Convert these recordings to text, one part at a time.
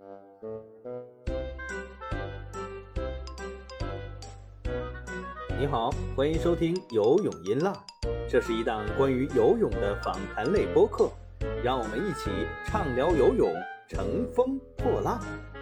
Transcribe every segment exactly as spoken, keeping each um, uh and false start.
你好，欢迎收听游泳音浪，这是一档关于游泳的访谈类播客，让我们一起畅聊游泳，乘风破浪。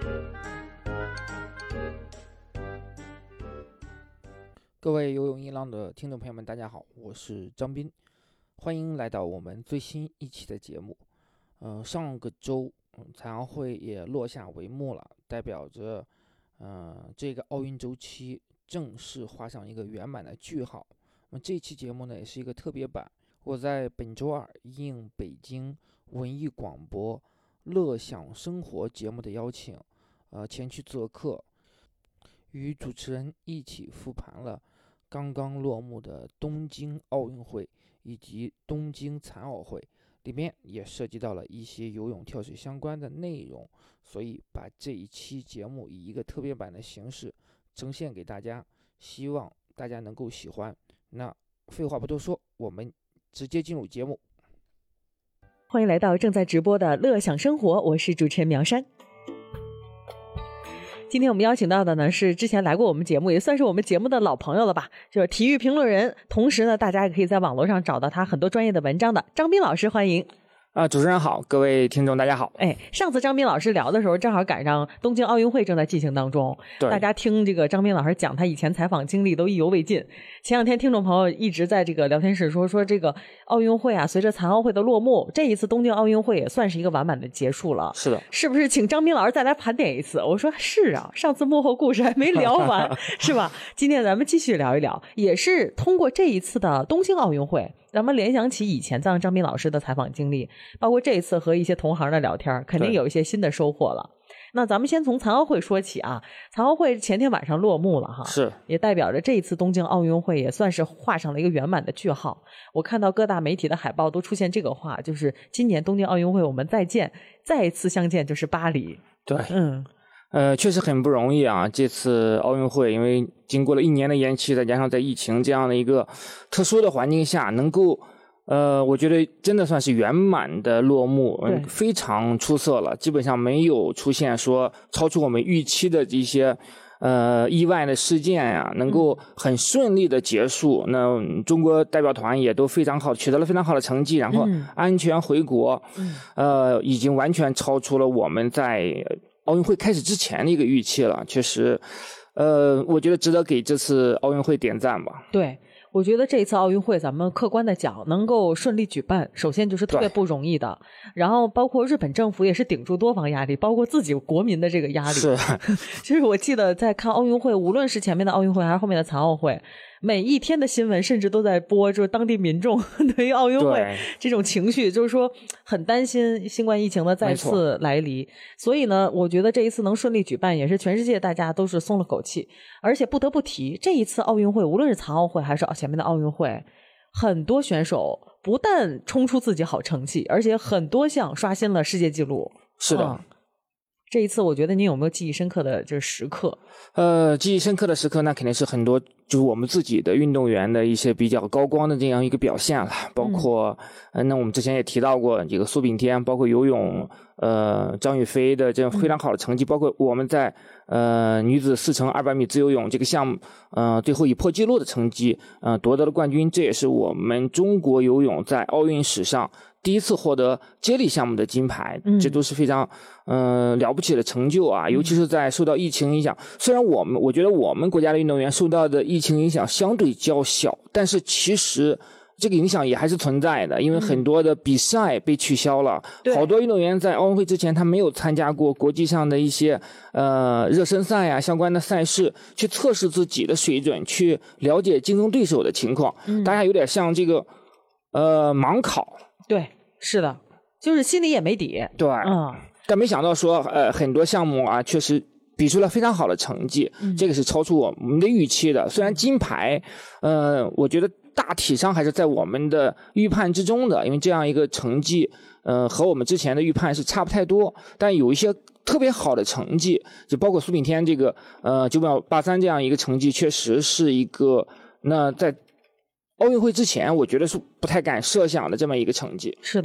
各位游泳音浪的听众朋友们，大家好，我是张斌，欢迎来到我们最新一期的节目。呃，上个周，嗯，残奥会也落下帷幕了，代表着，呃，这个奥运周期正式画上一个圆满的句号。那么这期节目呢，也是一个特别版。我在本周二应北京文艺广播乐享生活节目的邀请，呃，前去做客，与主持人一起复盘了刚刚落幕的东京奥运会以及东京残奥会，里面也涉及到了一些游泳跳水相关的内容，所以把这一期节目以一个特别版的形式呈现给大家，希望大家能够喜欢。那废话不多说，我们直接进入节目。 欢迎来到正在直播的乐享生活，我是主持人苗山。今天我们邀请到的呢是之前来过我们节目，也算是我们节目的老朋友了吧，就是体育评论人，同时呢大家也可以在网络上找到他很多专业的文章的张斌老师，欢迎。 啊、呃，主持人好，各位听众大家好。 哎，上次张斌老师聊的时候，正好赶上东京奥运会正在进行当中，对，大家听这个张斌老师讲他以前采访经历都意犹未尽。前两天听众朋友一直在这个聊天室说说这个奥运会啊，随着残奥会的落幕，这一次东京奥运会也算是一个完满的结束了。 是的， 是不是请张斌老师再来盘点一次？我说是啊，上次幕后故事还没聊完，是吧？今天咱们继续聊一聊，也是通过这一次的东京奥运会，咱们联想起以前在张斌老师的采访经历，包括这一次和一些同行的聊天，肯定有一些新的收获了。那咱们先从残奥会说起啊，残奥会前天晚上落幕了哈， 是，也代表着这一次东京奥运会也算是画上了一个圆满的句号。我看到各大媒体的海报都出现这个话，就是今年东京奥运会我们再见，再一次相见就是巴黎。 对， 嗯。 呃，确实很不容易啊！这次奥运会，因为经过了一年的延期，再加上在疫情这样的一个特殊的环境下，能够，呃，我觉得真的算是圆满的落幕，嗯，非常出色了。基本上没有出现说超出我们预期的这些呃意外的事件呀、啊，能够很顺利的结束。嗯、那中国代表团也都非常好，取得了非常好的成绩，然后安全回国，嗯、呃，已经完全超出了我们在奥运会开始之前的一个预期了，确实，呃，我觉得值得给这次奥运会点赞吧。 对，我觉得这一次奥运会咱们客观的讲能够顺利举办，首先就是特别不容易的，然后包括日本政府也是顶住多方压力，包括自己国民的这个压力。 是， 其实我记得在看奥运会，无论是前面的奥运会还是后面的残奥会，每一天的新闻甚至都在播，就是当地民众对于奥运会这种情绪，就是说很担心新冠疫情的再次来临。所以呢，我觉得这一次能顺利举办，也是全世界大家都是松了口气。而且不得不提，这一次奥运会，无论是残奥会还是前面的奥运会，很多选手不但冲出自己好成绩，而且很多项刷新了世界纪录。 是的。 嗯，这一次我觉得你有没有记忆深刻的就是时刻？ 呃，记忆深刻的时刻那肯定是很多就是我们自己的运动员的一些比较高光的这样一个表现了，包括、嗯、呃，那我们之前也提到过这个苏炳添，包括游泳呃张雨霏的这样非常好的成绩、嗯、包括我们在呃女子四乘二百米自由泳这个项目呃最后以破纪录的成绩呃夺得了冠军，这也是我们中国游泳在奥运史上第一次获得接力项目的金牌，这都是非常呃了不起的成就啊！尤其是在受到疫情影响，虽然我们我觉得我们国家的运动员受到的疫情影响相对较小，但是其实这个影响也还是存在的，因为很多的比赛被取消了，嗯、好多运动员在奥运会之前他没有参加过国际上的一些呃热身赛啊相关的赛事，去测试自己的水准，去了解竞争对手的情况，嗯、大家有点像这个呃盲考。 对，是的，就是心里也没底。 对， 嗯， 但没想到说，呃，很多项目啊，确实比出了非常好的成绩，嗯、这个是超出我们的预期的。虽然金牌，呃，我觉得大体上还是在我们的预判之中的，因为这样一个成绩，呃，和我们之前的预判是差不太多。但有一些特别好的成绩，就包括苏炳添这个，呃，九秒八三这样一个成绩，确实是一个那在奥运会之前，我觉得是不太敢设想的这么一个成绩。 是的，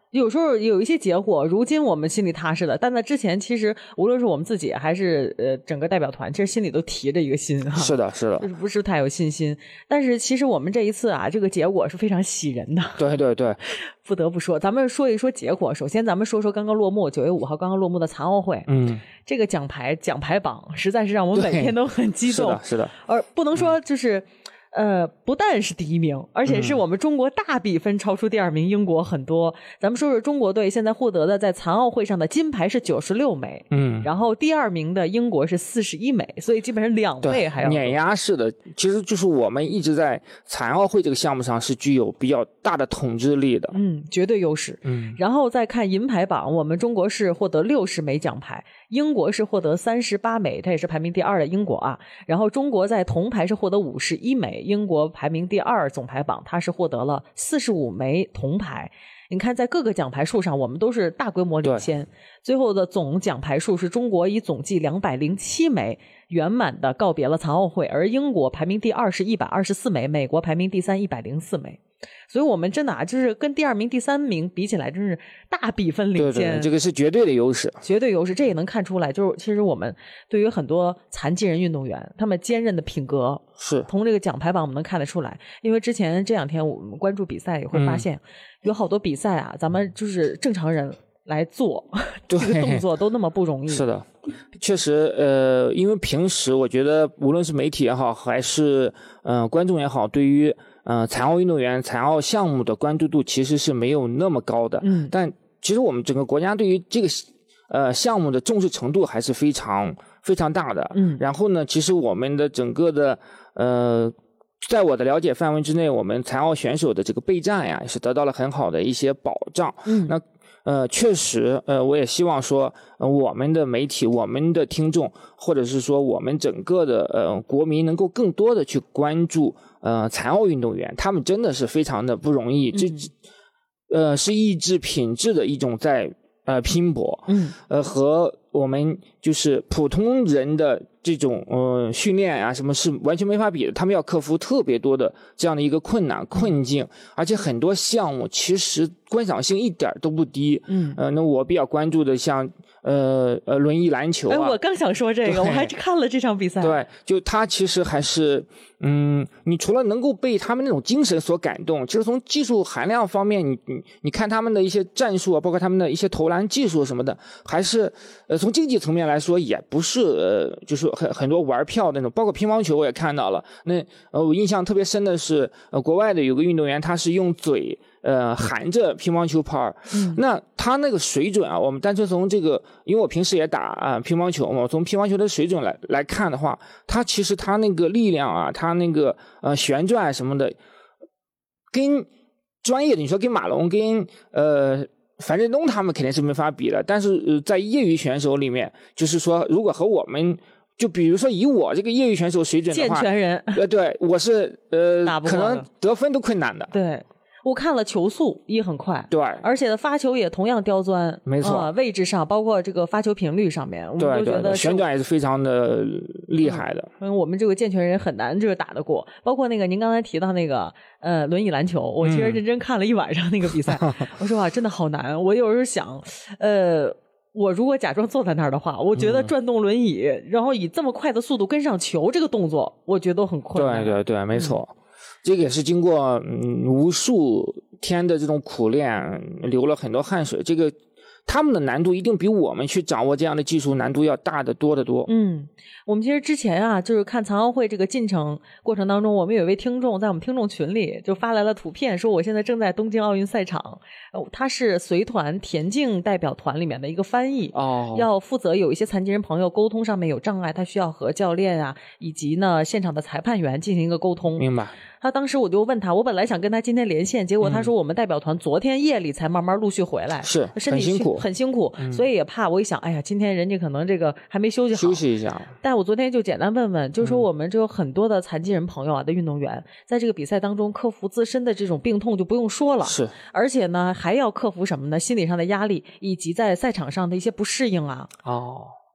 有时候有一些结果，如今我们心里踏实的，但在之前，其实无论是我们自己还是呃整个代表团，其实心里都提着一个心哈。 是的，是的， 就是不是太有信心。但是其实我们这一次啊，这个结果是非常喜人的。 对对对， 不得不说，咱们说一说结果。首先，咱们说说刚刚落幕，九月五号刚刚落幕的残奥会。 嗯， 这个奖牌奖牌榜实在是让我们每天都很激动。 是的，是的。 而不能说就是。嗯呃，不但是第一名，而且是我们中国大比分超出第二名英国很多。嗯、咱们说说中国队现在获得的在残奥会上的金牌是九十六枚，嗯，然后第二名的英国是四十一枚，所以基本上两倍还要碾压式的。其实就是我们一直在残奥会这个项目上是具有比较大的统治力的， 嗯，绝对优势。嗯，然后再看银牌榜，我们中国是获得六十枚奖牌，英国是获得三十八枚，它也是排名第二的英国啊。然后中国在铜牌是获得五十一枚。英国排名第二，总排榜它是获得了四十五枚铜牌。你看在各个奖牌数上我们都是大规模领先，最后的总奖牌数是中国以总计两百零七枚圆满的告别了残奥会，而英国排名第二是一百二十四枚，美国排名第三一百零四枚。所以我们真的啊，就是跟第二名、第三名比起来，真是大比分领先。 对对，这个是绝对的优势， 绝对优势。这也能看出来，就是其实我们对于很多残疾人运动员，他们坚韧的品格， 是从这个奖牌榜我们能看得出来。因为之前这两天我们关注比赛，也会发现、嗯、有好多比赛啊，咱们就是正常人来做这个动作都那么不容易。 是的，确实，呃，因为平时我觉得无论是媒体也好，还是呃观众也好，对于呃残奥运动员、残奥项目的关注度其实是没有那么高的。嗯，但其实我们整个国家对于这个呃项目的重视程度还是非常非常大的。嗯，然后呢，其实我们的整个的呃。在我的了解范围之内，我们残奥选手的这个备战呀，也是得到了很好的一些保障。嗯，那呃，确实，呃，我也希望说，呃，我们的媒体、我们的听众，或者是说我们整个的呃国民，能够更多的去关注呃残奥运动员，他们真的是非常的不容易，这、嗯、呃是意志品质的一种在呃拼搏。嗯，呃和我们就是普通人的这种呃训练啊什么是完全没法比的，他们要克服特别多的这样的一个困难困境，而且很多项目其实观赏性一点都不低。嗯，呃，那我比较关注的像呃呃轮椅篮球啊， 哎，我刚想说这个，我还看了这场比赛。 对，就他其实还是嗯，你除了能够被他们那种精神所感动，其实从技术含量方面，你你你看他们的一些战术啊，包括他们的一些投篮技术什么的，还是呃从竞技层面来说，也不是呃就是很很多玩票那种。包括乒乓球我也看到了，那呃我印象特别深的是，呃国外的有个运动员，他是用嘴呃含着乒乓球拍，嗯，那他那个水准啊，我们单纯从这个，因为我平时也打啊、呃、乒乓球嘛，从乒乓球的水准来来看的话，他其实他那个力量啊，他那个呃旋转什么的，跟专业的你说跟马龙跟呃樊振东他们肯定是没法比的，但是、呃、在业余选手里面，就是说如果和我们。就比如说以我这个业余选手水准的话， 健全人， 呃，对，我是呃，可能得分都困难的。 对，我看了球速也很快， 对， 而且发球也同样刁钻， 没错、 呃，位置上包括这个发球频率上面，我们都觉得旋转也是非常的厉害的。 嗯，我们这个健全人很难就是打得过，包括那个您刚才提到那个呃轮椅篮球，我其实认真看了一晚上那个比赛，嗯、我说哇，真的好难。我有时候想，呃。我如果假装坐在那儿的话，我觉得转动轮椅、嗯、然后以这么快的速度跟上球这个动作，我觉得都很困难。 对对对，没错、嗯、这个也是经过、嗯、无数天的这种苦练，流了很多汗水，这个他们的难度一定比我们去掌握这样的技术难度要大得多得多。 嗯，我们其实之前啊，就是看残奥会这个进程过程当中，我们有一位听众在我们听众群里就发来了图片，说我现在正在东京奥运赛场，呃、他是随团田径代表团里面的一个翻译，哦，要负责有一些残疾人朋友沟通上面有障碍，他需要和教练啊以及呢现场的裁判员进行一个沟通。 明白。 他当时我就问他，我本来想跟他今天连线，结果他说我们代表团昨天夜里才慢慢陆续回来， 是身体很辛苦， 很辛苦、嗯，所以也怕。我一想，哎呀，今天人家可能这个还没休息好， 休息一下。 但我昨天就简单问问，就说我们这有很多的残疾人朋友啊的运动员，嗯、在这个比赛当中克服自身的这种病痛就不用说了， 是， 而且呢还要克服什么呢？心理上的压力，以及在赛场上的一些不适应啊。 哦。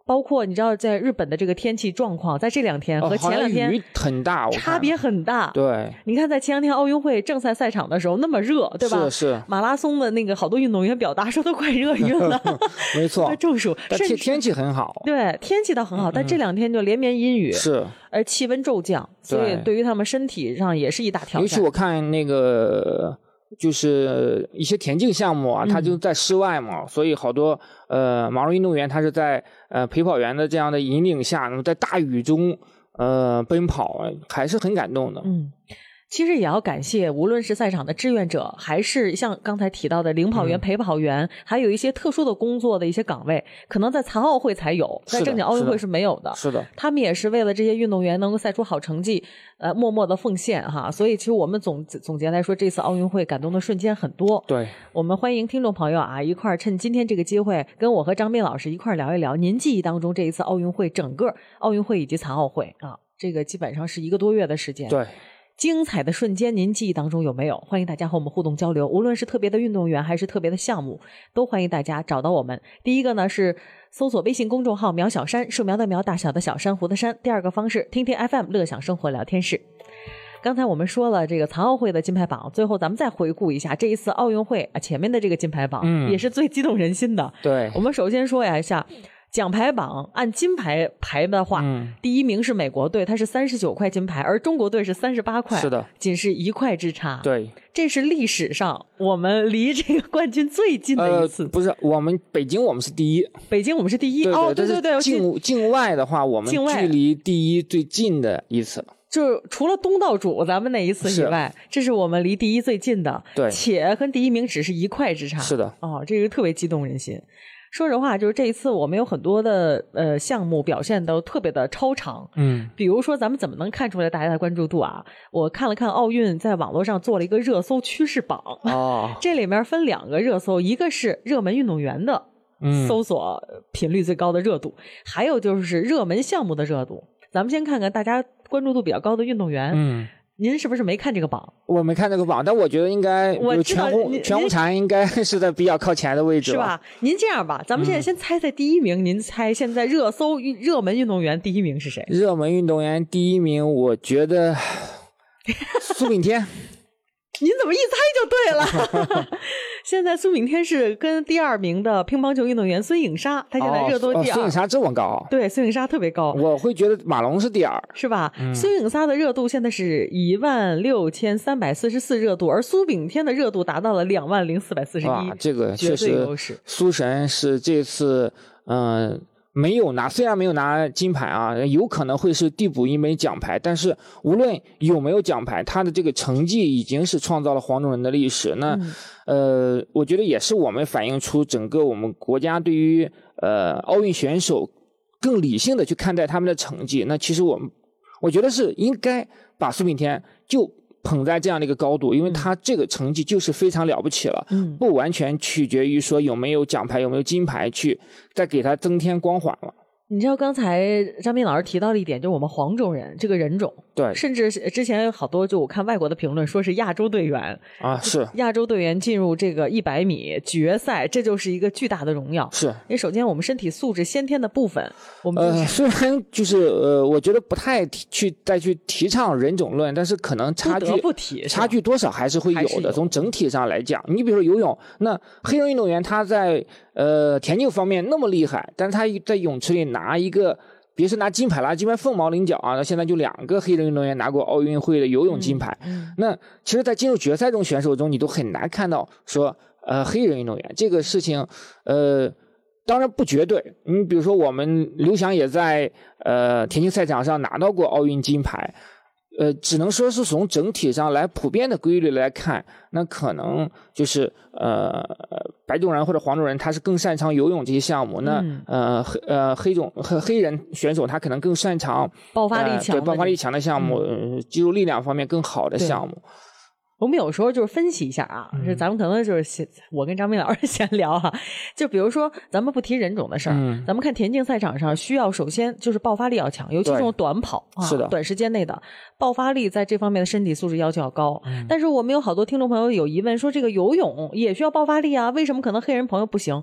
包括你知道在日本的这个天气状况，在这两天和前两天、 哦、雨很大， 差别很大。 对， 你看在前两天奥运会正赛赛场的时候那么热，对吧？ 是是。 马拉松的那个好多运动员表达说都快热晕了， 没错， 中暑。 但天天气很好， 对，天气倒很好，嗯、但这两天就连绵阴雨， 是， 而气温骤降，所以对于他们身体上也是一大挑战。 尤其我看那个。就是一些田径项目啊，它就在室外嘛，嗯、所以好多呃马拉松运动员他是在呃陪跑员的这样的引领下，在大雨中呃奔跑，还是很感动的。 嗯。其实也要感谢，无论是赛场的志愿者，还是像刚才提到的领跑员、嗯、陪跑员，还有一些特殊的工作的一些岗位，可能在残奥会才有，在正经奥运会是没有的。 是的， 他们也是为了这些运动员能够赛出好成绩，呃，默默的奉献哈。所以其实我们总总结来说，这次奥运会感动的瞬间很多。 对， 我们欢迎听众朋友啊，一块儿趁今天这个机会，跟我和张斌老师一块儿聊一聊您记忆当中这一次奥运会，整个奥运会以及残奥会啊，这个基本上是一个多月的时间。 对。 精彩的瞬间您记忆当中有没有？欢迎大家和我们互动交流，无论是特别的运动员还是特别的项目，都欢迎大家找到我们。第一个呢是搜索微信公众号苗小山，树苗的苗，大小的小，珊瑚的珊。第二个方式听听 F M 乐享生活聊天室。刚才我们说了这个残奥会的金牌榜，最后咱们再回顾一下这一次奥运会啊前面的这个金牌榜，嗯，也是最激动人心的。 对， 我们首先说呀一下奖牌榜，按金牌排的话，嗯、第一名是美国队，它是三十九块金牌，而中国队是三十八块， 是的， 仅是一块之差。 对， 这是历史上我们离这个冠军最近的一次。 呃、不是，我们北京我们是第一， 北京我们是第一。 对对哦，对对对， 境境外的话，我们距离第一最近的一次。 就是除了东道主咱们那一次以外，这是我们离第一最近的， 对， 且跟第一名只是一块之差。 是的， 哦，这个特别激动人心。说实话，就是这一次我们有很多的呃项目表现都特别的超常， 嗯， 比如说咱们怎么能看出来大家的关注度啊？我看了看奥运在网络上做了一个热搜趋势榜， 哦， 这里面分两个热搜，一个是热门运动员的搜索频率最高的热度，嗯、还有就是热门项目的热度。咱们先看看大家关注度比较高的运动员， 嗯。 您是不是没看这个榜？ 我没看这个榜，但我觉得应该有全红全红婵应该是在比较靠前的位置， 是吧？您这样吧，咱们现在先猜猜第一名，嗯、您猜现在热搜热门运动员第一名是谁？ 热门运动员第一名，我觉得苏炳添。 您怎么一猜就对了？现在苏炳添是跟第二名的乒乓球运动员孙颖莎，他现在热度第二。 哦哦、孙颖莎这么高？ 对，孙颖莎特别高。 我会觉得马龙是第二， 是吧？ 嗯、 孙颖莎的热度现在是一万六千三百四十四热度，而苏炳添的热度达到了两万零四百四十一。 哇，这个确实，苏神是这次嗯。呃没有拿，虽然没有拿金牌啊，有可能会是递补一枚奖牌，但是无论有没有奖牌，他的这个成绩已经是创造了黄种人的历史。那、嗯、呃，我觉得也是我们反映出整个我们国家对于呃奥运选手更理性的去看待他们的成绩。那其实我们我觉得是应该把苏炳添就捧在这样的一个高度，因为他这个成绩就是非常了不起了， 嗯， 不完全取决于说有没有奖牌有没有金牌去再给他增添光环了。 你知道刚才张斌老师提到了一点，就是我们黄种人这个人种， 对， 甚至之前有好多就我看外国的评论说是亚洲队员啊，是亚洲队员进入这个一百米决赛，这就是一个巨大的荣耀。 是， 因为首先我们身体素质先天的部分，我们、 呃、虽然就是呃，我觉得不太去再去提倡人种论，但是可能差距不得不提差距多少还是会有的。有从整体上来讲，你比如说游泳，那黑人运动员他在呃田径方面那么厉害，但是他在泳池里拿一个，别是拿金牌啦，金牌凤毛麟角啊，那现在就两个黑人运动员拿过奥运会的游泳金牌。 嗯嗯、 那其实，在进入决赛中选手中，你都很难看到说呃黑人运动员这个事情，呃。当然不绝对，你比如说我们刘翔也在呃田径赛场上拿到过奥运金牌，呃，只能说是从整体上来普遍的规律来看，那可能就是呃白种人或者黄种人他是更擅长游泳这些项目，那、 嗯、 呃黑呃黑种黑黑人选手他可能更擅长爆发力强、 呃、对爆发力强的项目、嗯呃，肌肉力量方面更好的项目。 我们有时候就是分析一下啊，这、嗯、咱们可能就是我跟张斌老师闲聊啊，就比如说咱们不提人种的事儿、 嗯， 咱们看田径赛场上需要首先就是爆发力要强，尤其这种短跑啊， 是的， 短时间内的爆发力在这方面的身体素质要求要高、 嗯。 但是我们有好多听众朋友有疑问说，这个游泳也需要爆发力啊，为什么可能黑人朋友不行？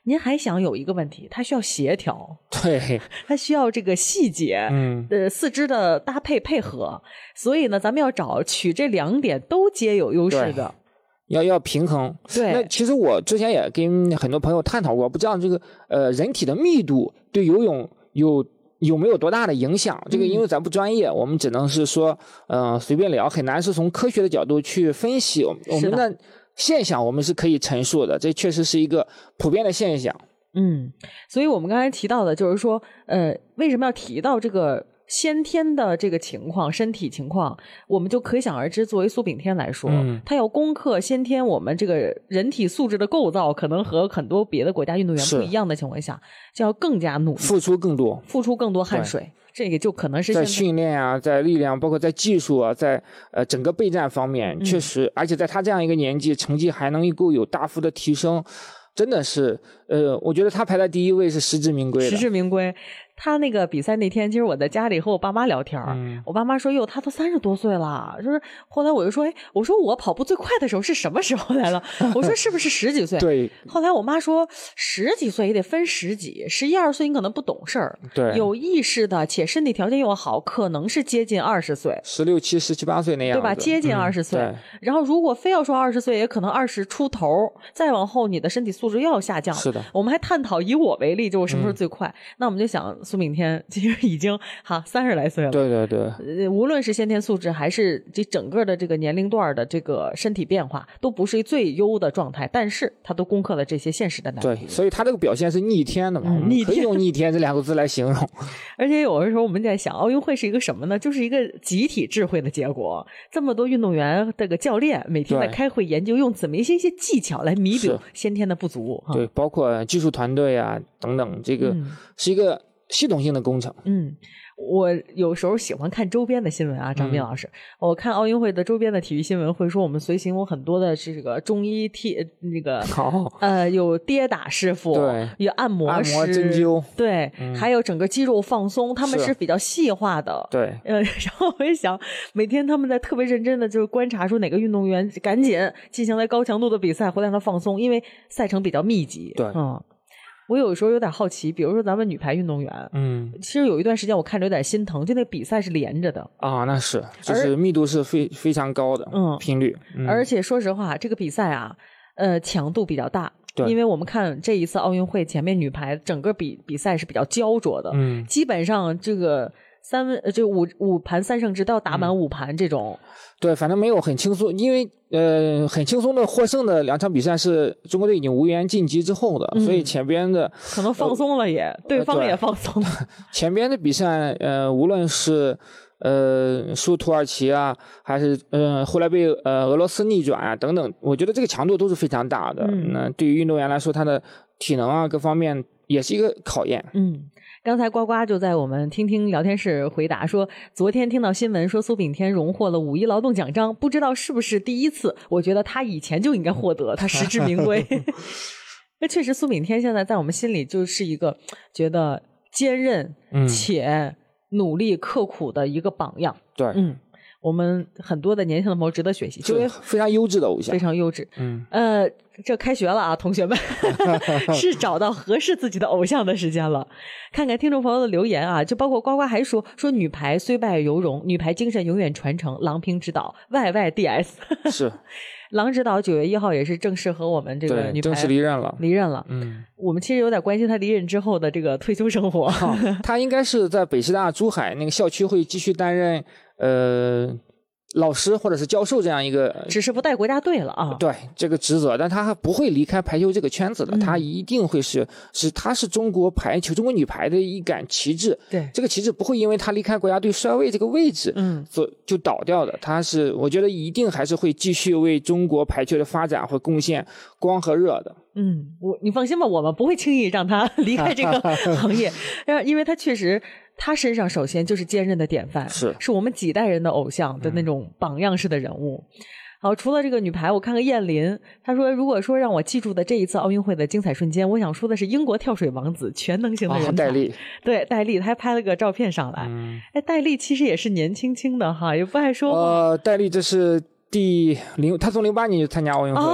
您还想有一个问题，它需要协调， 对， 它需要这个细节， 嗯， 呃，四肢的搭配配合，所以呢，咱们要找取这两点都皆有优势的。 要要平衡， 对。 那其实我之前也跟很多朋友探讨过，不知道这个呃人体的密度对游泳有有没有多大的影响？这个因为咱不专业，嗯、我们只能是说呃随便聊，很难是从科学的角度去分析我们的现象，我们是可以陈述的，这确实是一个普遍的现象。 嗯，所以我们刚才提到的就是说，呃，为什么要提到这个？先天的这个情况，身体情况，我们就可想而知。作为苏炳添来说，嗯、他要攻克先天我们这个人体素质的构造，可能和很多别的国家运动员不一样的情况下，就要更加努力， 付出更多， 付出更多汗水。这个就可能是在训练啊，在力量，包括在技术啊，在呃整个备战方面，嗯、确实，而且在他这样一个年纪，成绩还能够有大幅的提升，真的是，呃，我觉得他排在第一位是实至名归的， 实至名归。他那个比赛那天，其实我在家里和我爸妈聊天，嗯、我爸妈说：“哟，他都三十多岁了。”就是后来我就说：“哎，我说我跑步最快的时候是什么时候来了？”我说：“是不是十几岁？” 对。 后来我妈说：“十几岁也得分十几，十一二岁你可能不懂事儿， 对， 有意识的且身体条件又好，可能是接近二十岁， 十六七、十七八岁那样， 对吧？接近二十岁。嗯、然后如果非要说二十岁，也可能二十出头，再往后你的身体素质又要下降。 是的。 我们还探讨以我为例，就我什么时候最快？嗯、那我们就想苏炳添。已经哈三十来岁了， 对对对， 呃，无论是先天素质还是这整个的这个年龄段的这个身体变化，都不是最优的状态，但是他都攻克了这些现实的难题。 对，所以他这个表现是逆天的嘛， 嗯、逆天可以用逆天这两个字来形容。 而且有的时候我们在想，奥运会是一个什么呢？就是一个集体智慧的结果。这么多运动员，这个教练每天在开会研究，用怎么一些一些技巧来弥补先天的不足。 对，包括技术团队啊等等，这个是一个系统性的工程。 嗯，我有时候喜欢看周边的新闻啊，张斌老师，嗯、我看奥运会的周边的体育新闻会说，我们随行有很多的是这个中医贴那个、 哦、 呃有跌打师傅， 对， 有按摩师， 按摩针灸， 对、嗯，还有整个肌肉放松，他们是比较细化的， 对， 呃，然后我也想，每天他们在特别认真的就是观察出哪个运动员赶紧进行了高强度的比赛，回来让他放松，因为赛程比较密集， 对， 嗯。我有时候有点好奇，比如说咱们女排运动员，嗯，其实有一段时间我看着有点心疼，就那比赛是连着的啊，那是，就是密度是非非常高的，嗯，频率， 嗯、而且说实话，这个比赛啊，呃，强度比较大， 对， 因为我们看这一次奥运会前面女排整个比比赛是比较焦灼的， 嗯， 基本上这个三分这五五盘三胜制都要打满五盘这种。嗯， 对，反正没有很轻松，因为呃很轻松的获胜的两场比赛是中国队已经无缘晋级之后的，嗯、所以前边的可能放松了也，呃、对方也放松了。 前边的比赛，呃，无论是呃输土耳其啊，还是呃后来被呃俄罗斯逆转啊等等，我觉得这个强度都是非常大的。嗯，那对于运动员来说，他的体能啊各方面也是一个考验。 嗯。刚才呱呱就在我们听听聊天室回答说，昨天听到新闻说苏炳添荣获了五一劳动奖章，不知道是不是第一次，我觉得他以前就应该获得，他实至名归。那确实苏炳添现在在我们心里就是一个觉得坚韧且努力刻苦的一个榜样。 对， 嗯，我们很多的年轻的朋友值得学习， 是非常优质的偶像， 非常优质。嗯，呃，这开学了啊，同学们，是找到合适自己的偶像的时间了。看看听众朋友的留言啊，就包括呱呱还说说女排虽败犹荣，女排精神永远传承，郎平指导 Y Y D S 是。 郎指导九月一号也是正式和我们这个女排正式离任了， 离任了。嗯，我们其实有点关心他离任之后的这个退休生活。 哦、他应该是在北师大珠海那个校区会继续担任呃老师或者是教授这样一个， 只是不带国家队了啊。 对这个职责，但他不会离开排球这个圈子的，嗯、他一定会是是他是中国排球、中国女排的一杆旗帜。 对， 这个旗帜不会因为他离开国家队帅位这个位置，嗯，所就倒掉的。他是我觉得一定还是会继续为中国排球的发展会贡献光和热的。 嗯，我你放心吧，我们不会轻易让他离开这个行业，因为他确实。他身上首先就是坚韧的典范， 是是我们几代人的偶像的那种榜样式的人物。嗯、好，除了这个女排，我看看燕林，他说如果说让我记住的这一次奥运会的精彩瞬间，我想说的是英国跳水王子全能型的人才， 哦、戴笠， 对戴笠，他还拍了个照片上来。嗯、哎，戴笠其实也是年轻轻的哈，也不爱说话。 呃，戴笠这是第零，他从零八年就参加奥运会了。哦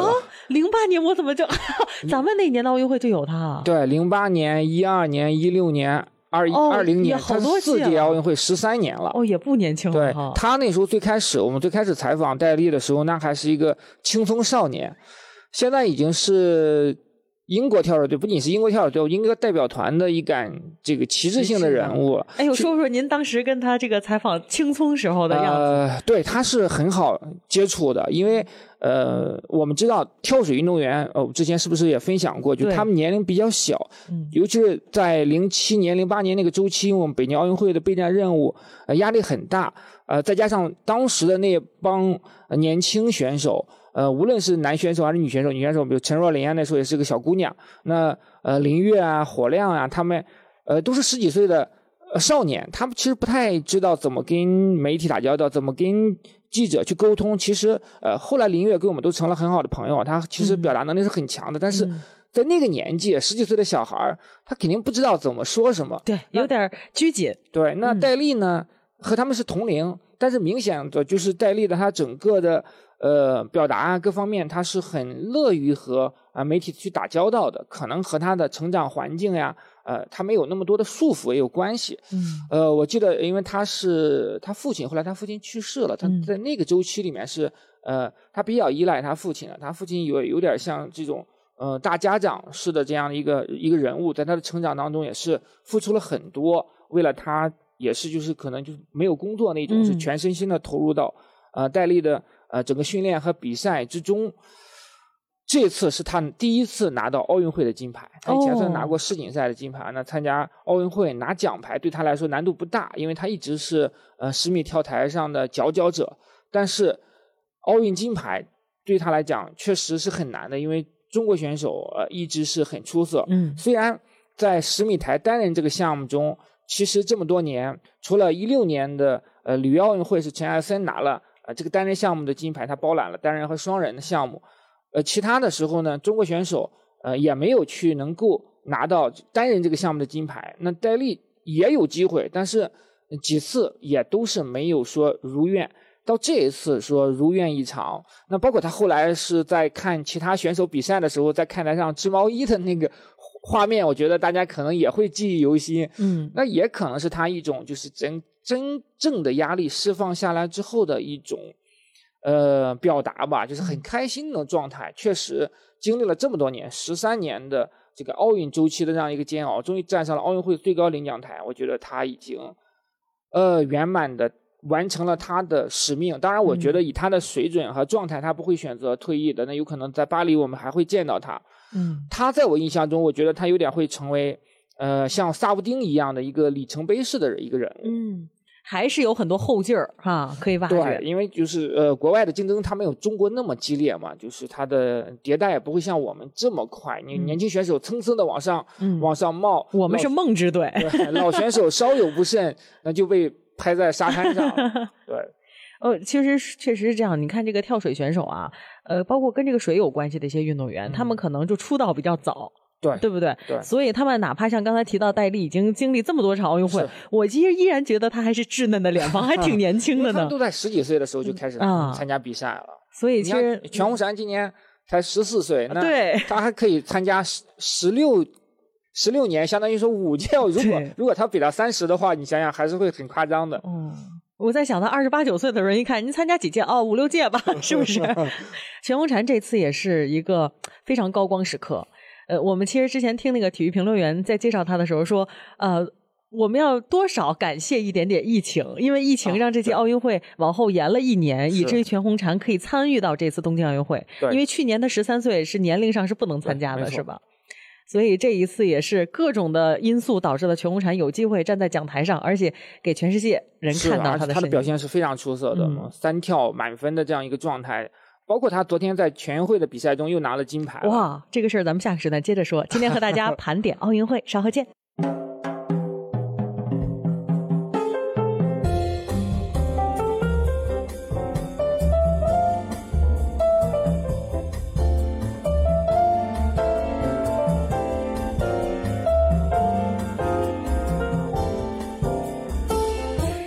零八年我怎么就咱们那年的奥运会就有他啊？ 对，零八年、一二年、一六年。二一二零年，他是四届奥运会十三年了， 哦，也不年轻了。 对，他那时候最开始，我们最开始采访戴丽的时候，那还是一个青葱少年，现在已经是英国跳水队，不仅是英国跳水队，英国代表团的一杆这个旗帜性的人物了。 哎呦，说说您当时跟他这个采访青葱时候的样子。 呃，对，他是很好接触的，因为呃，我们知道跳水运动员，哦，之前是不是也分享过，就他们年龄比较小， 嗯， 尤其是在零七年、零八年那个周期，我们北京奥运会的备战任务，呃，压力很大，呃，再加上当时的那帮年轻选手。呃，无论是男选手还是女选手，女选手比如陈若琳啊，那时候也是个小姑娘。那呃，林月啊、火亮啊，他们呃都是十几岁的、呃、少年，他们其实不太知道怎么跟媒体打交道，怎么跟记者去沟通。其实呃，后来林月跟我们都成了很好的朋友，他其实表达能力是很强的，嗯、但是在那个年纪，十几岁的小孩，他肯定不知道怎么说什么， 对，有点拘谨。对， 那戴丽呢、嗯、和他们是同龄，但是明显的就是戴丽的他整个的。呃，表达各方面，他是很乐于和啊、呃、媒体去打交道的，可能和他的成长环境呀，呃，他没有那么多的束缚也有关系。 嗯， 呃，我记得，因为他是他父亲，后来他父亲去世了，他在那个周期里面是、嗯、呃，他比较依赖他父亲的，他父亲有有点像这种呃大家长式的这样的一个一个人物，在他的成长当中也是付出了很多，为了他也是就是可能就没有工作那种， 嗯、 是全身心的投入到呃戴丽的。呃，整个训练和比赛之中，这次是他第一次拿到奥运会的金牌。他以前是拿过世锦赛的金牌，哦、那参加奥运会拿奖牌对他来说难度不大，因为他一直是呃十米跳台上的佼佼者。但是奥运金牌对他来讲确实是很难的，因为中国选手呃一直是很出色。 嗯， 虽然在十米台单人这个项目中，其实这么多年，除了一六年的呃里约奥运会是陈艾森拿了。呃，这个单人项目的金牌，他包揽了单人和双人的项目。呃，其他的时候呢，中国选手呃也没有去能够拿到单人这个项目的金牌。那戴丽也有机会，但是几次也都是没有说如愿。到这一次说如愿以偿。那包括他后来是在看其他选手比赛的时候，在看台上织毛衣的那个画面，我觉得大家可能也会记忆犹新。 嗯， 那也可能是他一种就是真。真正的压力释放下来之后的一种呃表达吧，就是很开心的状态。确实经历了这么多年十三年的这个奥运周期的这样一个煎熬，终于站上了奥运会最高领奖台。我觉得他已经呃圆满的完成了他的使命。当然我觉得以他的水准和状态，他不会选择退役的，那有可能在巴黎我们还会见到他。 嗯， 他在我印象中，我觉得他有点会成为呃，像萨布丁一样的一个里程碑式的一个人物。 嗯，还是有很多后劲儿哈，可以挖掘。 对，因为就是呃，国外的竞争它没有中国那么激烈嘛，就是它的迭代也不会像我们这么快。你年轻选手蹭蹭的往上、嗯、往上冒， 我们是梦之队。 对，老选手稍有不慎，那就被拍在沙滩上。对。 呃，其实确实是这样。你看这个跳水选手啊，呃，包括跟这个水有关系的一些运动员，嗯、他们可能就出道比较早。 对， 对不对？ 对， 所以他们哪怕像刚才提到戴丽已经经历这么多场奥运会，我其实依然觉得他还是稚嫩的脸庞，还挺年轻的呢。 他都在十几岁的时候就开始参加比赛了，嗯啊、 所以其实全红婵今年才十四岁，那对他还可以参加十十六十六年，相当于说五届。如果如果他比到三十的话，你想想还是会很夸张的。 嗯。我在想，他二十八九岁的人一看，您参加几届？哦，五六届吧，是不是？全红婵这次也是一个非常高光时刻。呃，我们其实之前听那个体育评论员在介绍他的时候说，呃，我们要多少感谢一点点疫情，因为疫情让这届奥运会往后延了一年，啊、以至于全红婵可以参与到这次东京奥运会。因为去年的十三岁是年龄上是不能参加的，是吧？所以这一次也是各种的因素导致了全红婵有机会站在讲台上，而且给全世界人看到他的身影。 他的表现是非常出色的，嗯、三跳满分的这样一个状态。包括他昨天在全运会的比赛中又拿了金牌。 哇，这个事儿咱们下个时段接着说。今天和大家盘点奥运会，稍后见。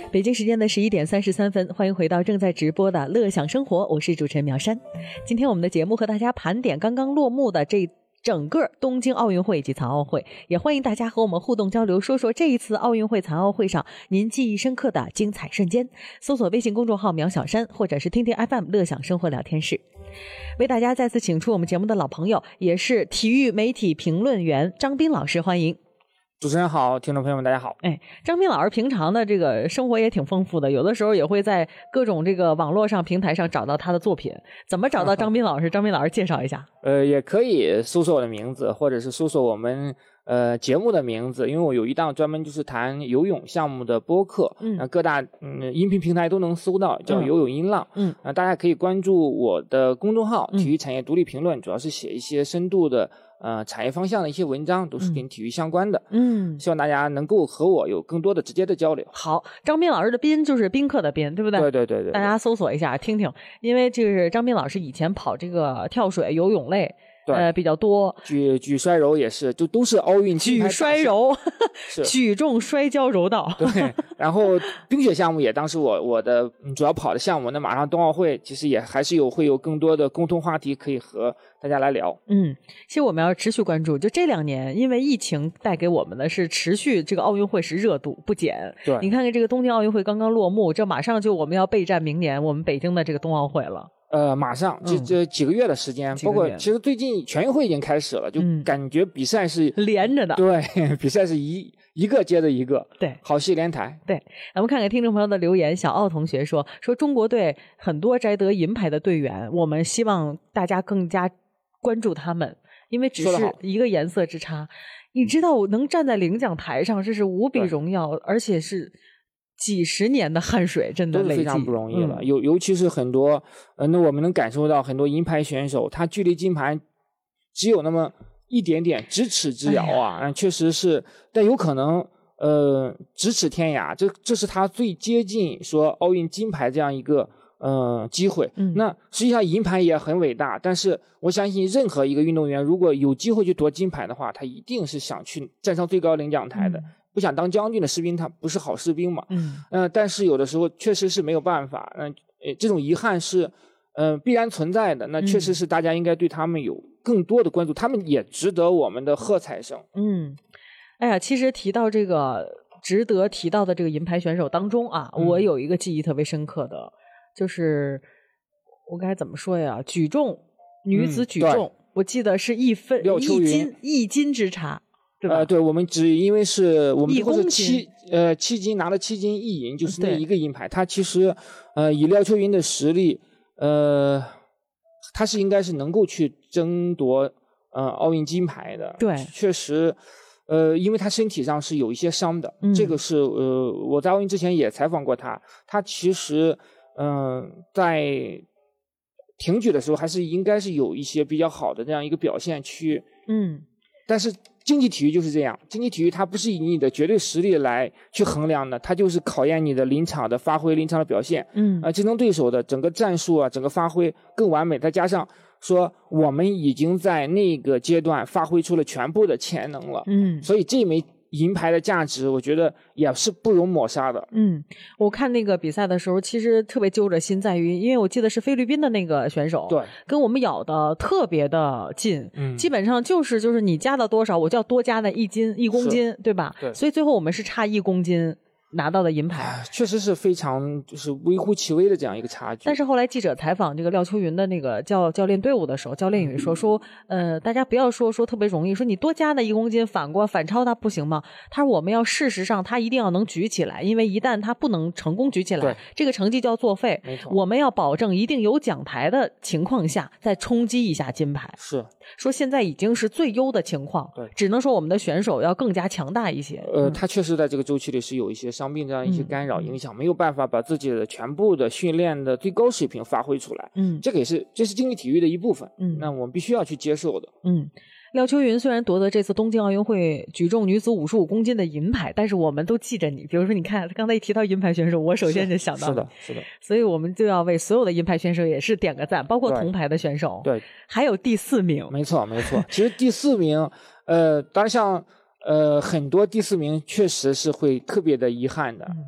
北京时间的十一点三十三分，欢迎回到正在直播的乐享生活，我是主持人苗珊。今天我们的节目和大家盘点刚刚落幕的这整个东京奥运会以及残奥会，也欢迎大家和我们互动交流，说说这一次奥运会残奥会上您记忆深刻的精彩瞬间。搜索微信公众号苗小珊，或者是听听 F M 乐享生活聊天室。为大家再次请出我们节目的老朋友，也是体育媒体评论员张斌老师，欢迎。 主持人好，听众朋友们大家好。 哎，张斌老师平常的这个生活也挺丰富的，有的时候也会在各种这个网络上平台上找到他的作品。怎么找到张斌老师？张斌老师介绍一下。 呃，也可以搜索我的名字，或者是搜索我们呃节目的名字，因为我有一档专门就是谈游泳项目的播客，嗯，呃、各大嗯音频平台都能搜到，叫游泳音浪，嗯，啊、呃，大家可以关注我的公众号“体育产业独立评论”，主要是写一些深度的。呃，产业方向的一些文章都是跟体育相关的，嗯，希望大家能够和我有更多的直接的交流。 好，张斌老师的斌就是宾客的宾，对不对？ 对对对 对, 对， 大家搜索一下听听，因为这是张斌老师以前跑这个跳水、游泳类。呃，比较多， 举举摔柔也是，就都是奥运金牌。 举摔柔，举重、摔跤、柔道。 对，然后冰雪项目也当时我我的主要跑的项目，那马上冬奥会其实也还是有会有更多的共同话题可以和大家来聊。 嗯，其实我们要持续关注，就这两年，因为疫情带给我们的是持续这个奥运会是热度不减。 对， 你看看这个东京奥运会刚刚落幕，这马上就我们要备战明年我们北京的这个冬奥会了。 呃，马上这这几个月的时间，嗯、包括其实最近全运会已经开始了，就感觉比赛是、 嗯、连着的。 对，比赛是一一个接着一个， 对， 好戏连台。 对，咱们看看听众朋友的留言。小奥同学说说中国队很多摘得银牌的队员，我们希望大家更加关注他们，因为只是一个颜色之差。你知道，我能站在领奖台上，这是无比荣耀，而且是。几十年的汗水真的都是非常不容易了，尤、嗯、尤其是很多，呃，那我们能感受到很多银牌选手，他距离金牌只有那么一点点，咫尺之遥啊，哎、确实是，但有可能，呃，咫尺天涯，这这是他最接近说奥运金牌这样一个呃机会。嗯，那实际上银牌也很伟大，但是我相信任何一个运动员如果有机会去夺金牌的话，他一定是想去站上最高领奖台的。嗯，不想当将军的士兵，他不是好士兵嘛？嗯，呃，但是有的时候确实是没有办法，嗯、呃，这种遗憾是，呃，必然存在的。那确实是大家应该对他们有更多的关注，嗯、他们也值得我们的喝彩声。 嗯，哎呀，其实提到这个值得提到的这个银牌选手当中啊，嗯、我有一个记忆特别深刻的，就是我该怎么说呀？举重，女子举重，嗯、我记得是一分一斤一斤之差。对呃，对，我们只因为是我们都是七呃七金拿了七金一银，就是那一个银牌。他其实呃以廖秋云的实力，呃，他是应该是能够去争夺呃奥运金牌的。 对， 确实，呃，因为他身体上是有一些伤的，嗯、这个是呃我在奥运之前也采访过他，他其实嗯、呃、在挺举的时候还是应该是有一些比较好的这样一个表现去，嗯，但是。竞技体育就是这样，竞技体育它不是以你的绝对实力来去衡量的，它就是考验你的临场的发挥、临场的表现。嗯，啊、呃，竞争对手的整个战术啊，整个发挥更完美，再加上说我们已经在那个阶段发挥出了全部的潜能了。嗯，所以这枚银牌的价值，我觉得也是不容抹杀的。 嗯，我看那个比赛的时候，其实特别揪着心，在于因为我记得是菲律宾的那个选手， 对， 跟我们咬的特别的近，嗯，基本上就是就是你加了多少，我就要多加那一斤一公斤，对吧？ 对， 所以最后我们是差一公斤。拿到的银牌， 确实是非常就是微乎其微的这样一个差距。 但是后来记者采访这个廖秋云的那个教教练队伍的时候，教练也说说，呃，大家不要说说特别容易，说你多加那一公斤，反过反超他不行吗？他说我们要事实上他一定要能举起来，因为一旦他不能成功举起来，这个成绩就要作废。 没错， 我们要保证一定有奖台的情况下再冲击一下金牌。 是。 说现在已经是最优的情况， 对， 只能说我们的选手要更加强大一些。 呃，他确实在这个周期里是有一些伤病这样一些干扰影响，嗯、没有办法把自己的全部的训练的最高水平发挥出来。嗯，这个也是这是竞技体育的一部分。嗯，那我们必须要去接受的。 嗯。廖秋云虽然夺得这次东京奥运会举重女子五十五公斤的银牌，但是我们都记着你。比如说，你看刚才一提到银牌选手，我首先就想到了，是的，是的。 所以我们就要为所有的银牌选手也是点个赞，包括铜牌的选手。 对， 还有第四名。 没错，没错。其实第四名，呃，当然像呃很多第四名确实是会特别的遗憾的。嗯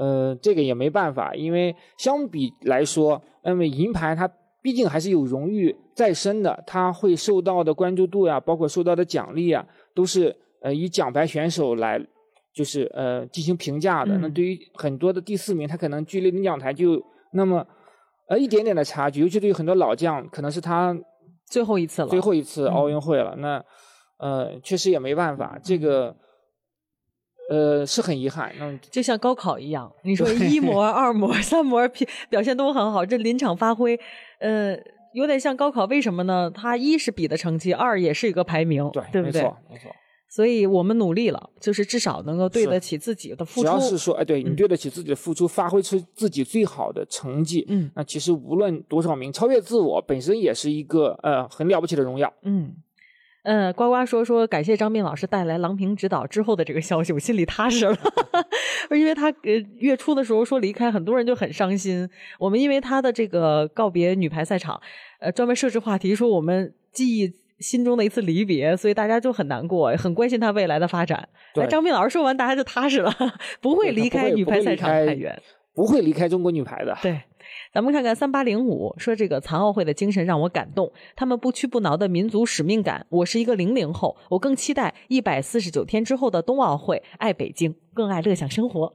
呃，这个也没办法，因为相比来说，那么银牌它毕竟还是有荣誉在身的，它会受到的关注度呀，包括受到的奖励啊，都是呃以奖牌选手来就是呃进行评价的。嗯、那对于很多的第四名，他可能距离领奖台就那么呃一点点的差距，尤其对于很多老将，可能是他最后一次了， 最后一次奥运会了。嗯、那呃确实也没办法，这个。呃，是很遗憾，那就像高考一样，你说一模、二模、三模表现都很好，这临场发挥，呃，有点像高考。为什么呢？它一是比的成绩，二也是一个排名， 对， 对不对？ 没错，没错。 所以我们努力了，就是至少能够对得起自己的付出。 只要是说，哎，对、嗯、你对得起自己的付出，发挥出自己最好的成绩， 嗯， 那其实无论多少名，超越自我本身也是一个呃很了不起的荣耀， 嗯。呃，呱呱说说感谢张斌老师带来郎平指导之后的这个消息，我心里踏实了。因为他呃月初的时候说离开，很多人就很伤心。我们因为他的这个告别女排赛场，呃，专门设置话题说我们记忆心中的一次离别，所以大家就很难过，很关心他未来的发展。哎，张斌老师说完，大家就踏实了，不会离开女排赛场太远， 不会离开中国女排的。 对。咱们看看三八零五说这个残奥会的精神让我感动，他们不屈不挠的民族使命感。我是一个零零后，我更期待一百四十九天之后的冬奥会，爱北京，更爱乐享生活。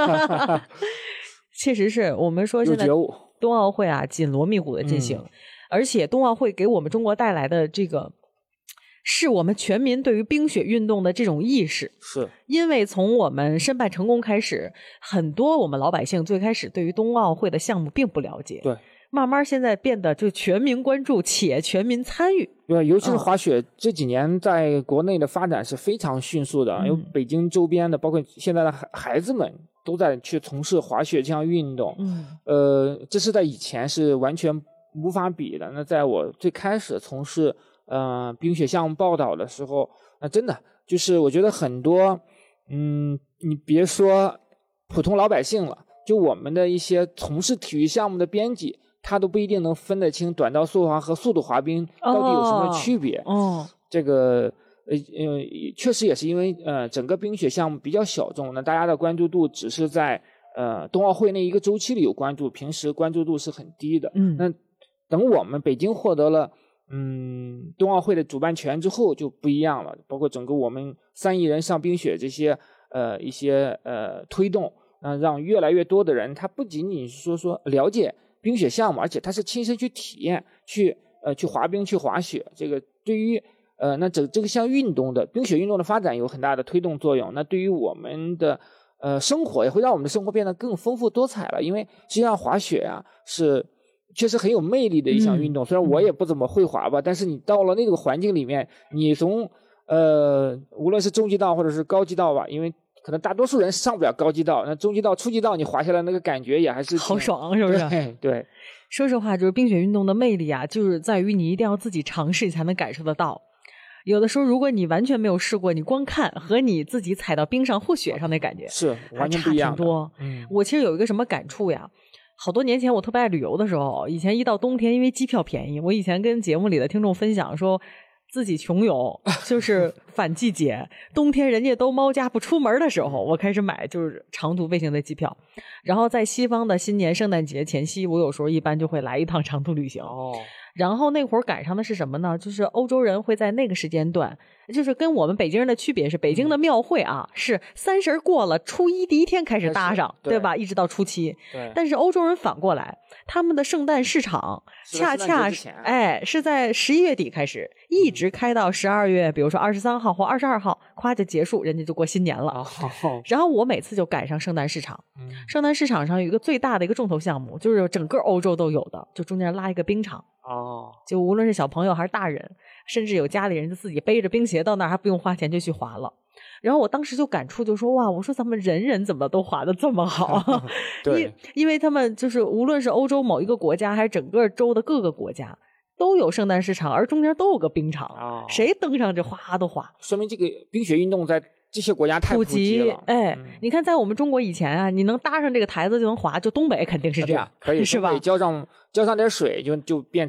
确实是我们说现在冬奥会啊紧锣密鼓的进行、嗯、而且冬奥会给我们中国带来的这个是我们全民对于冰雪运动的这种意识， 是因为从我们申办成功开始，很多我们老百姓最开始对于冬奥会的项目并不了解， 对， 慢慢现在变得就全民关注且全民参与。 对，尤其是滑雪、嗯、这几年在国内的发展是非常迅速的，有、嗯、北京周边的，包括现在的孩子们都在去从事滑雪这项运动。 嗯， 呃，这是在以前是完全无法比的。那在我最开始从事呃，冰雪项目报道的时候，那、呃、真的就是我觉得很多，嗯，你别说普通老百姓了，就我们的一些从事体育项目的编辑，他都不一定能分得清短道速滑和速度滑冰到底有什么区别。 哦， 这个呃呃，确实也是因为呃整个冰雪项目比较小众，那大家的关注度只是在呃冬奥会那一个周期里有关注，平时关注度是很低的。 嗯， 那等我们北京获得了。嗯，冬奥会的主办权之后就不一样了，包括整个我们三亿人上冰雪这些呃一些呃推动，啊、呃，让越来越多的人，他不仅仅是说说了解冰雪项目，而且他是亲身去体验，去呃去滑冰、去滑雪。这个对于呃那整这个项运动的冰雪运动的发展有很大的推动作用。那对于我们的呃生活，也会让我们的生活变得更丰富多彩了。因为实际上滑雪啊是。确实很有魅力的一项运动、嗯、虽然我也不怎么会滑吧、嗯、但是你到了那个环境里面，你从呃无论是中级道或者是高级道吧，因为可能大多数人上不了高级道，那中级道初级道你滑下来那个感觉也还是好爽，是不是？ 对对， 说实话，就是冰雪运动的魅力啊，就是在于你一定要自己尝试才能感受得到。有的时候如果你完全没有试过，你光看和你自己踩到冰上或雪上的感觉是完全不一样的， 差挺多。 嗯， 我其实有一个什么感触呀，好多年前我特别爱旅游的时候，以前一到冬天因为机票便宜，我以前跟节目里的听众分享说自己穷游就是反季节冬天人家都猫家不出门的时候，我开始买就是长途飞行的机票，然后在西方的新年圣诞节前夕，我有时候一般就会来一趟长途旅行。 哦， 然后那会儿赶上的是什么呢？就是欧洲人会在那个时间段，就是跟我们北京人的区别是，北京的庙会啊、嗯、是三十过了初一第一天开始搭上， 对, 对吧，一直到初七。 对， 但是欧洲人反过来，他们的圣诞市场恰恰是哎是在十一月底开始，一直开到十二月，比如说二十三号或二十二号，夸就结束，人家就过新年了。 哦， 然后我每次就赶上圣诞市场、 嗯、 圣诞市场上有一个最大的一个重头项目，就是整个欧洲都有的，就中间拉一个冰场。 哦， 就无论是小朋友还是大人，甚至有家里人就自己背着冰鞋到那儿，还不用花钱就去滑了。然后我当时就感触就说，哇，我说咱们人人怎么都滑得这么好？ 对， 因因为他们就是无论是欧洲某一个国家还是整个洲的各个国家都有圣诞市场，而中间都有个冰场、 哦、 谁登上就哗都滑， 说明这个冰雪运动在这些国家太普及了。 哎、 嗯， 你看在我们中国以前啊，你能搭上这个台子就能滑，就东北肯定是这样， 可以是吧？ 浇上浇上点水就就变成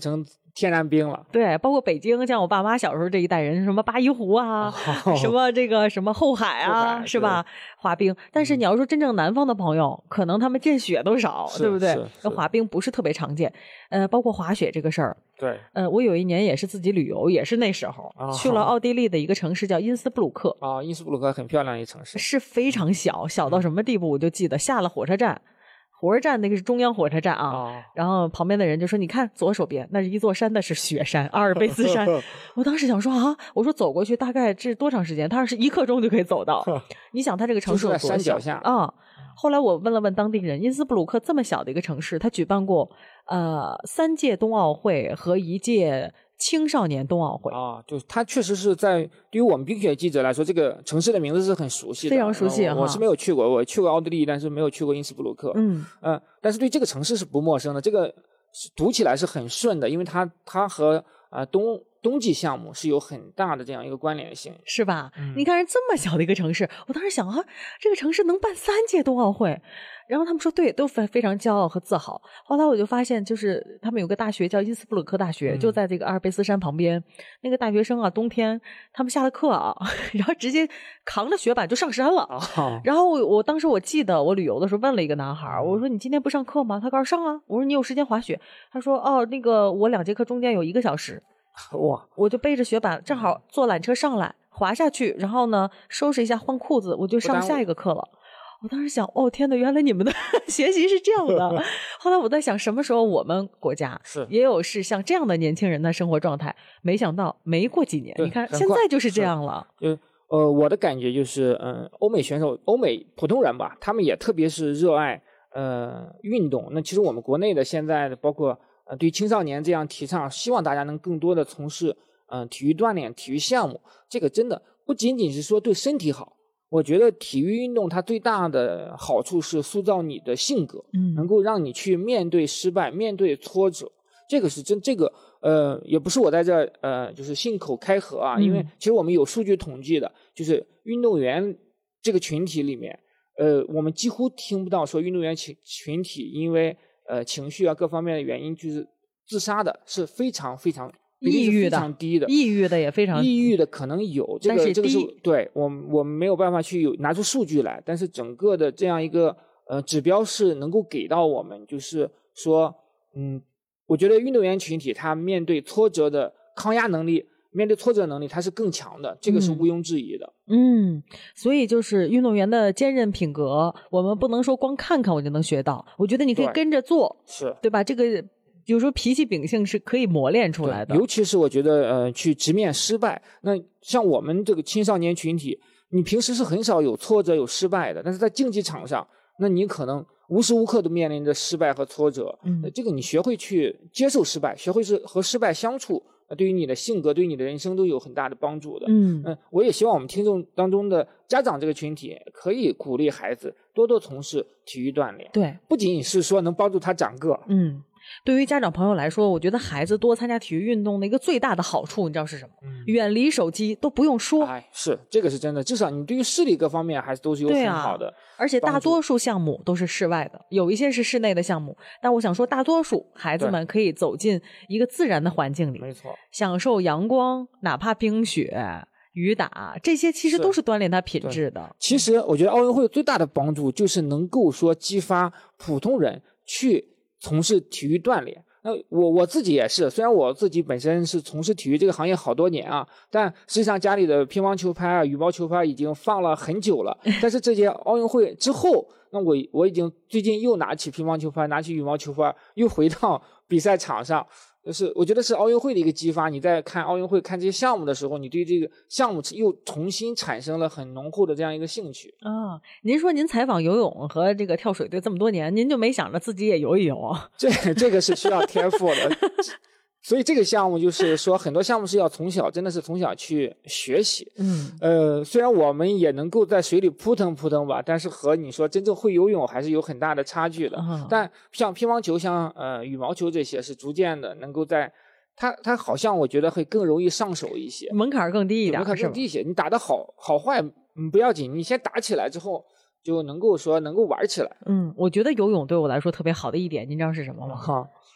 天然冰了。 对，包括北京，像我爸妈小时候这一代人，什么八一湖啊，哦、什么这个什么后海啊，海是吧？滑冰。但是你要说真正南方的朋友，嗯、可能他们见雪都少，对不对？滑冰不是特别常见。呃，包括滑雪这个事儿。 对。 呃，我有一年也是自己旅游，也是那时候、哦、去了奥地利的一个城市叫因斯布鲁克。 啊、哦，因斯布鲁克很漂亮一城市， 是非常小，小到什么地步？我就记得下了火车站。火车站那个是中央火车站啊，哦、然后旁边的人就说：“你看左手边，那是一座山，那是雪山，阿尔卑斯山。”我当时想说啊，我说走过去大概这多长时间？他说是一刻钟就可以走到。你想他这个城市有多小山脚下啊？后来我问了问当地人，因斯布鲁克这么小的一个城市，他举办过呃三届冬奥会和一届青少年冬奥会啊，就是它确实是在对于我们冰雪记者来说，这个城市的名字是很熟悉的， 非常熟悉。 我是没有去过，我去过奥地利，但是没有去过因斯布鲁克。 嗯呃，但是对这个城市是不陌生的，这个读起来是很顺的，因为它它和啊、呃、冬冬季项目是有很大的这样一个关联性， 是吧？嗯、你看人这么小的一个城市，我当时想啊，这个城市能办三届冬奥会。然后他们说对，都非非常骄傲和自豪。后来我就发现，就是他们有个大学叫因斯布鲁克大学，嗯、就在这个阿尔卑斯山旁边。那个大学生啊，冬天他们下了课啊，然后直接扛着雪板就上山了。哦、然后我我当时我记得我旅游的时候问了一个男孩，我说你今天不上课吗？他告诉上啊。我说你有时间滑雪？他说哦，那个我两节课中间有一个小时。 哇！ 我就背着雪板，正好坐缆车上来，滑下去，然后呢收拾一下换裤子，我就上下一个课了。我当时想，哦天哪，原来你们的学习是这样的。后来我在想，什么时候我们国家也有是像这样的年轻人的生活状态？没想到没过几年，你看现在就是这样了。 就呃，我的感觉就是，嗯、呃，欧美选手、欧美普通人吧，他们也特别是热爱呃运动。那其实我们国内的现在的，包括呃对青少年这样提倡，希望大家能更多的从事嗯、呃、体育锻炼、体育项目。这个真的不仅仅是说对身体好。我觉得体育运动它最大的好处是塑造你的性格，嗯，能够让你去面对失败、面对挫折。这个是真，这个呃，也不是我在这呃，就是信口开河啊，嗯、因为其实我们有数据统计的，就是运动员这个群体里面，呃，我们几乎听不到说运动员群群体因为呃情绪啊各方面的原因就是自杀的，是非常非常。 抑郁的非常低的， 抑郁的也非常抑郁的可能有，这个这个是对我我们没有办法去有拿出数据来，但是整个的这样一个呃指标是能够给到我们，就是说，嗯，我觉得运动员群体他面对挫折的抗压能力，面对挫折能力，他是更强的，这个是毋庸置疑的。 嗯，所以就是运动员的坚韧品格，我们不能说光看看我就能学到，我觉得你可以跟着做， 是对吧？这个。有时候脾气秉性是可以磨练出来的， 尤其是我觉得呃去直面失败。那像我们这个青少年群体，你平时是很少有挫折有失败的，但是在竞技场上，那你可能无时无刻都面临着失败和挫折。嗯，这个你学会去接受失败，学会是和失败相处，对于你的性格，对于你的人生都有很大的帮助的。嗯嗯，我也希望我们听众当中的家长这个群体可以鼓励孩子多多从事体育锻炼。 对， 不仅仅是说能帮助他长个。 嗯。对于家长朋友来说，我觉得孩子多参加体育运动的一个最大的好处，你知道是什么？嗯、远离手机都不用说。 哎，是这个是真的，至少你对于视力各方面还是都是有很好的、啊。 而且大多数项目都是室外的，有一些是室内的项目。但我想说，大多数孩子们可以走进一个自然的环境里， 没错， 享受阳光，哪怕冰雪、雨打，这些其实都是锻炼他品质的。 其实我觉得奥运会最大的帮助就是能够说激发普通人去从事体育锻炼。那我我自己也是，虽然我自己本身是从事体育这个行业好多年啊，但实际上家里的乒乓球拍啊、羽毛球拍已经放了很久了。但是这届奥运会之后，那我我已经最近又拿起乒乓球拍，拿起羽毛球拍，又回到比赛场上。就是我觉得是奥运会的一个激发，你在看奥运会看这些项目的时候，你对这个项目又重新产生了很浓厚的这样一个兴趣啊、哦。您说您采访游泳和这个跳水队这么多年，您就没想着自己也游一游啊？ 这这个是需要天赋的。所以这个项目就是说，很多项目是要从小，真的是从小去学习。嗯，呃，虽然我们也能够在水里扑腾扑腾吧，但是和你说真正会游泳还是有很大的差距的。嗯、但像乒乓球、像呃羽毛球这些，是逐渐的能够在它它好像我觉得会更容易上手一些， 门槛更低一点， 门槛更低一些。你打得好好坏嗯不要紧，你先打起来之后就能够说能够玩起来。 嗯，我觉得游泳对我来说特别好的一点，您知道是什么吗？哈。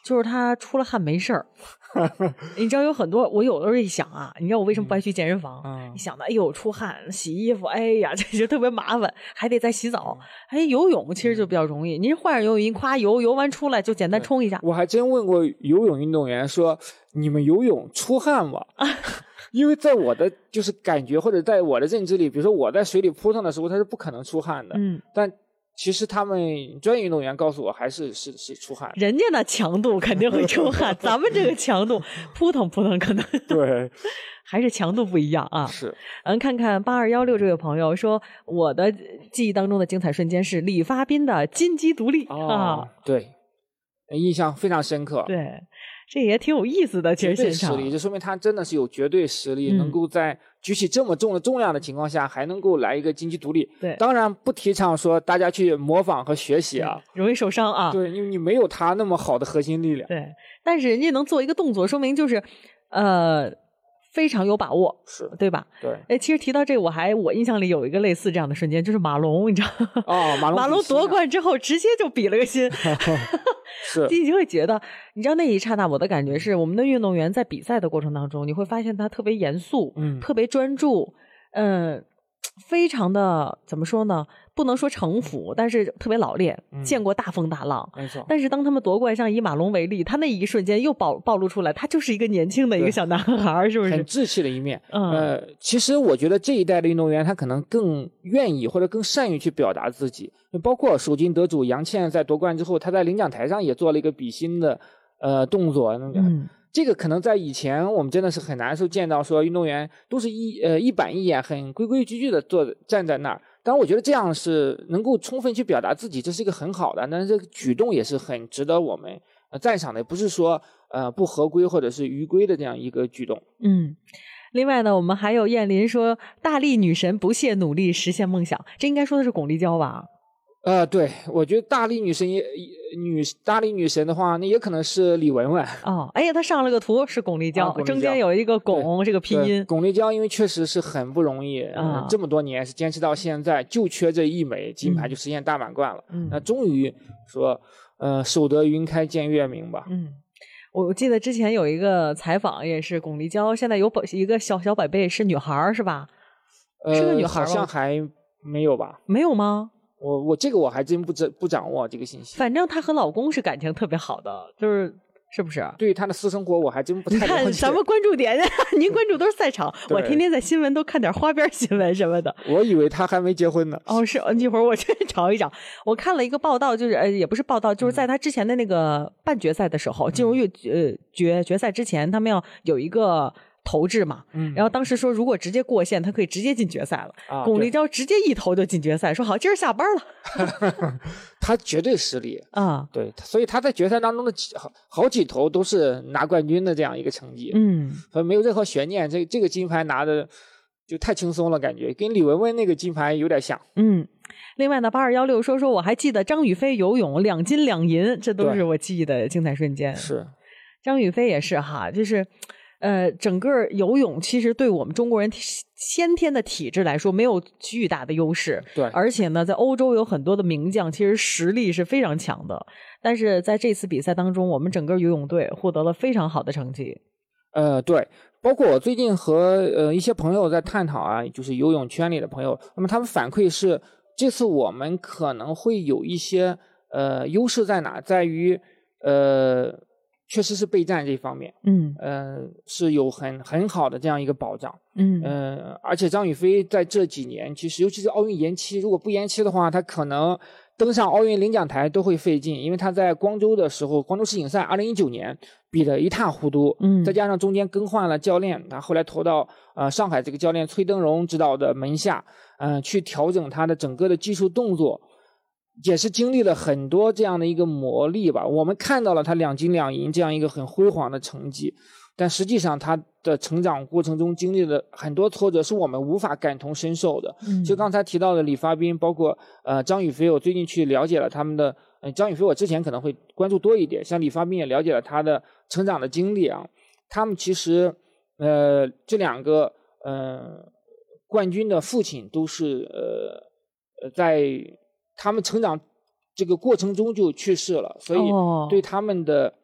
就是他出了汗没事儿。你知道有很多，我有的时候一想啊，你知道我为什么不爱去健身房？嗯、你想的，哎呦，出汗、洗衣服，哎呀，这就特别麻烦，还得再洗澡。哎，游泳其实就比较容易，您换上游泳衣，夸游，游完出来就简单冲一下。 我还真问过游泳运动员说，你们游泳出汗吗？因为在我的就是感觉或者在我的认知里，比如说我在水里扑腾的时候，它是不可能出汗的。嗯，但其实他们专业运动员告诉我，还是是是出汗。 人家那强度肯定会出汗，咱们这个强度扑腾扑腾可能对， 还是强度不一样啊。 是， 嗯，看看八二幺六这位朋友说，我的记忆当中的精彩瞬间是李发彬的金鸡独立、 哦、 啊， 对，印象非常深刻。 对。这也挺有意思的，其实现场绝对实力，这说明他真的是有绝对实力，嗯、能够在举起这么重的重量的情况下，还能够来一个金鸡独立。 对， 当然不提倡说大家去模仿和学习啊， 容易受伤啊。 对，因为你没有他那么好的核心力量。 对，但是人家能做一个动作，说明就是，呃。非常有把握， 是对吧？ 对， 哎，其实提到这个，我还我印象里有一个类似这样的瞬间，就是马龙，你知道吗？ 哦，马龙马龙夺冠之后，直接就比了个心， 是， 你就会觉得，你知道那一刹那，我的感觉是，我们的运动员在比赛的过程当中，你会发现他特别严肃，嗯，特别专注，嗯。非常的怎么说呢？不能说城府，但是特别老练，嗯、见过大风大浪。 没错。 但是当他们夺冠，像以马龙为例，他那一瞬间又暴暴露出来，他就是一个年轻的一个小男孩，是不是？ 很稚气的一面。 嗯。 呃，其实我觉得这一代的运动员，他可能更愿意或者更善于去表达自己。包括首金得主杨倩在夺冠之后，他在领奖台上也做了一个比心的呃动作。那个、嗯。这个可能在以前我们真的是很难受见到说运动员都是一呃一板一眼很规规矩矩的坐站在那儿，当然我觉得这样是能够充分去表达自己，这是一个很好的，但是这个举动也是很值得我们呃赞赏的，不是说呃不合规或者是逾规的这样一个举动。 嗯，另外呢，我们还有燕林说大力女神不懈努力实现梦想，这应该说的是巩立姣吧？ 呃，对，我觉得大力女神也女大力女神的话，那也可能是李雯雯。 哦，哎呀，她上了个图是巩立姣，啊、中间有一个巩这个拼音。 巩立姣因为确实是很不容易，啊、呃，这么多年是坚持到现在，就缺这一枚金牌就实现大满贯了。嗯，那终于说，呃，守得云开见月明吧。 嗯，我记得之前有一个采访，也是巩立姣，现在有一个小小宝贝是女孩是吧？ 呃， 是个女孩吗？ 好像还没有吧？ 没有吗？ 我我这个我还真不知不掌握这个信息。 反正她和老公是感情特别好的，就是是不是？ 对于她的私生活我还真不太了解。 你看咱们关注点，您关注都是赛场，我天天在新闻都看点花边新闻什么的。 我以为她还没结婚呢。 哦，是，一会儿我去找一找。我看了一个报道，就是呃也不是报道，就是在她之前的那个半决赛的时候，嗯、进入月呃决决赛之前，他们要有一个。投掷嘛，嗯，然后当时说如果直接过线，他可以直接进决赛了。啊、巩立姣直接一投就进决赛，说好今儿下班了。 他绝对实力啊， 对，所以他在决赛当中的几好好几投都是拿冠军的这样一个成绩， 嗯， 所以没有任何悬念。这这个金牌拿的就太轻松了，感觉跟李雯雯那个金牌有点像。 嗯，另外呢，八二幺六说说我还记得张雨霏游泳两金两银，这都是我记忆的精彩瞬间。 是， 张雨霏也是哈，就是。呃，整个游泳其实对我们中国人先天的体质来说没有巨大的优势， 对， 而且呢，在欧洲有很多的名将，其实实力是非常强的。但是在这次比赛当中，我们整个游泳队获得了非常好的成绩。 呃，对，包括我最近和呃一些朋友在探讨啊，就是游泳圈里的朋友，那么他们反馈是，这次我们可能会有一些呃优势在哪，在于呃。确实是备战这方面， 嗯， 呃，是有很很好的这样一个保障， 嗯， 呃，而且张雨霏在这几年，其实尤其是奥运延期，如果不延期的话，她可能登上奥运领奖台都会费劲，因为她在光州的时候，光州世锦赛二零一九年比得一塌糊涂， 嗯， 再加上中间更换了教练，她后来投到呃上海这个教练崔登荣指导的门下，嗯、呃，去调整她的整个的技术动作。也是经历了很多这样的一个磨砺吧，我们看到了他两金两银这样一个很辉煌的成绩，但实际上他的成长过程中经历了很多挫折，是我们无法感同身受的。 嗯， 就刚才提到的李发彬，包括呃张雨霏，我最近去了解了他们的，呃张雨霏我之前可能会关注多一点，像李发彬也了解了他的成长的经历啊，他们其实呃这两个呃冠军的父亲都是呃在。他们成长这个过程中就去世了，所以对他们的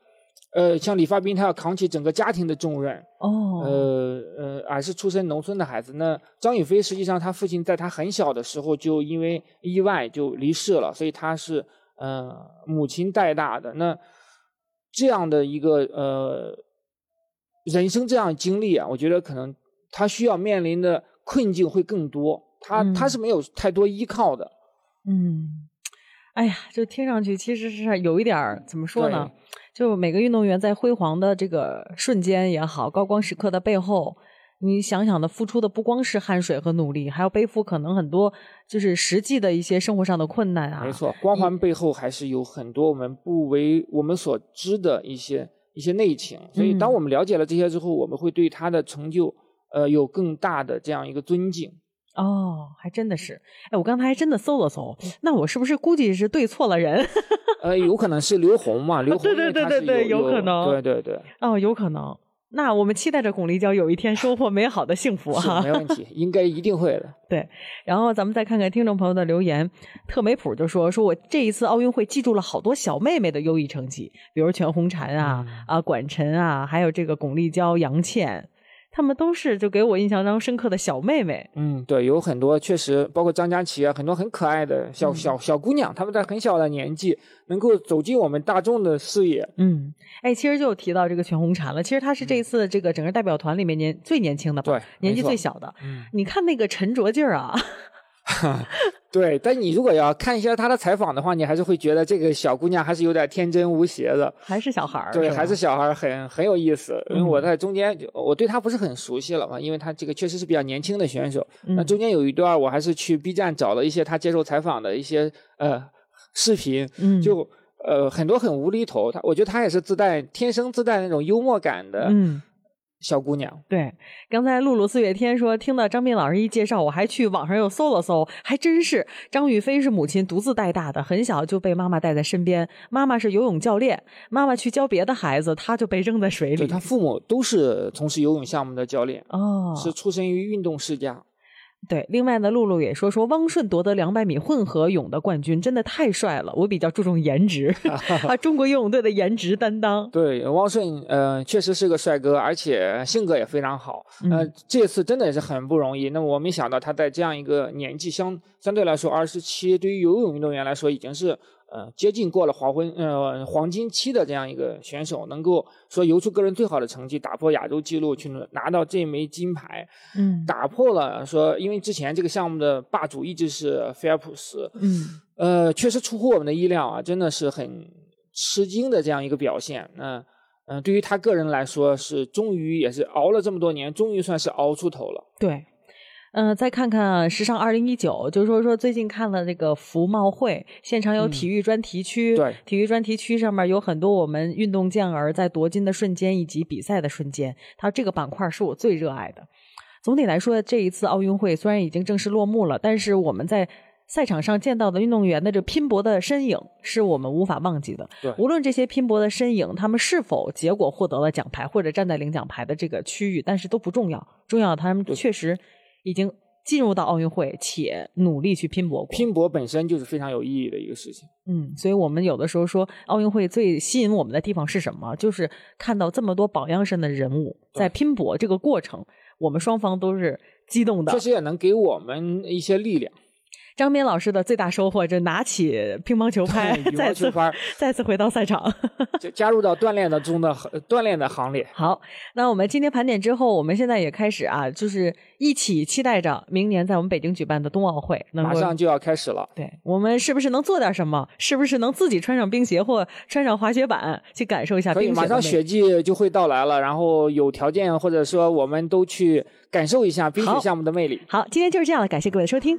呃，像李发斌他要扛起整个家庭的重任。 哦， 呃呃，而是出身农村的孩子。那张雨霏实际上他父亲在他很小的时候就因为意外就离世了，所以他是呃母亲带大的。那这样的一个呃人生这样经历啊，我觉得可能他需要面临的困境会更多。他、嗯、他是没有太多依靠的。 嗯，哎呀，就听上去其实是有一点怎么说呢？就每个运动员在辉煌的这个瞬间也好，高光时刻的背后，你想想的付出的不光是汗水和努力，还要背负可能很多就是实际的一些生活上的困难啊。 没错，光环背后还是有很多我们不为我们所知的一些一些内情。所以当我们了解了这些之后，嗯、我们会对他的成就呃有更大的这样一个尊敬。 哦，还真的是。哎，我刚才还真的搜了搜，那我是不是估计是对错了人？ 呃，有可能是刘虹嘛，刘虹对对对对对，有可能， 对对对， 哦，有可能。那我们期待着巩立姣有一天收获美好的幸福哈， 没问题，应该一定会的。 对，然后咱们再看看听众朋友的留言，特美普就说说我这一次奥运会记住了好多小妹妹的优异成绩，比如全红婵啊、嗯、啊管晨啊，还有这个巩立姣、杨倩。他们都是就给我印象当中深刻的小妹妹。 嗯，对，有很多确实，包括张佳琪啊，很多很可爱的小、嗯、小小姑娘，她们在很小的年纪能够走进我们大众的视野。 嗯，哎，其实就提到这个全红婵了，其实她是这一次这个整个代表团里面年、嗯、最年轻的吧， 对， 年纪最小的。嗯，你看那个沉着劲儿啊。 对，但你如果要看一下她的采访的话，你还是会觉得这个小姑娘还是有点天真无邪的， 还是小孩儿。 对，还是小孩儿，很很有意思。因为我在中间，我对她不是很熟悉了嘛，因为她这个确实是比较年轻的选手。嗯、那中间有一段，我还是去 B 站找了一些她接受采访的一些呃视频，嗯、就呃很多很无厘头。她我觉得她也是自带天生自带那种幽默感的。嗯。小姑娘。 对，刚才露露四月天说听到张斌老师一介绍，我还去网上又搜了搜，还真是张雨霏是母亲独自带大的，很小就被妈妈带在身边，妈妈是游泳教练，妈妈去教别的孩子，她就被扔在水里。 对，她父母都是从事游泳项目的教练， 哦， 是出身于运动世家。 对，另外呢，露露也说说汪顺夺得两百米混合泳的冠军，真的太帅了。我比较注重颜值，啊，中国游泳队的颜值担当。 对，汪顺呃确实是个帅哥，而且性格也非常好。呃，嗯、这次真的也是很不容易。那么我没想到他在这样一个年纪相相对来说二十七，对于游泳运动员来说已经是呃接近过了黄昏呃黄金期的这样一个选手，能够说游出个人最好的成绩，打破亚洲纪录，去拿到这枚金牌。嗯，打破了说，因为之前这个项目的霸主一直是菲尔普斯。嗯，呃，确实出乎我们的意料啊，真的是很吃惊的这样一个表现。那嗯、呃，对于他个人来说，是终于也是熬了这么多年，终于算是熬出头了。 对。嗯、呃，再看看时尚二零一九，就是说说最近看了这个服贸会，现场有体育专题区， 嗯、对， 体育专题区上面有很多我们运动健儿在夺金的瞬间以及比赛的瞬间，它这个板块是我最热爱的。总体来说，这一次奥运会虽然已经正式落幕了，但是我们在赛场上见到的运动员的这拼搏的身影是我们无法忘记的。 对， 无论这些拼搏的身影他们是否结果获得了奖牌或者站在领奖牌的这个区域，但是都不重要，重要他们确实已经进入到奥运会，且努力去拼搏过。 拼搏本身就是非常有意义的一个事情。 嗯，所以我们有的时候说奥运会最吸引我们的地方是什么？就是看到这么多榜样式的人物在拼搏这个过程，我们双方都是激动的。 确实也能给我们一些力量。 张斌老师的最大收获，就拿起乒乓球拍，再次再次回到赛场， 就加入到锻炼的中的锻炼的行列。 好，那我们今天盘点之后，我们现在也开始啊，就是一起期待着明年在我们北京举办的冬奥会， 马上就要开始了。 对，我们是不是能做点什么？是不是能自己穿上冰鞋或穿上滑雪板去感受一下冰雪？ 可以，马上雪季就会到来了，然后有条件或者说我们都去感受一下冰雪项目的魅力。 好，好，今天就是这样了，感谢各位的收听。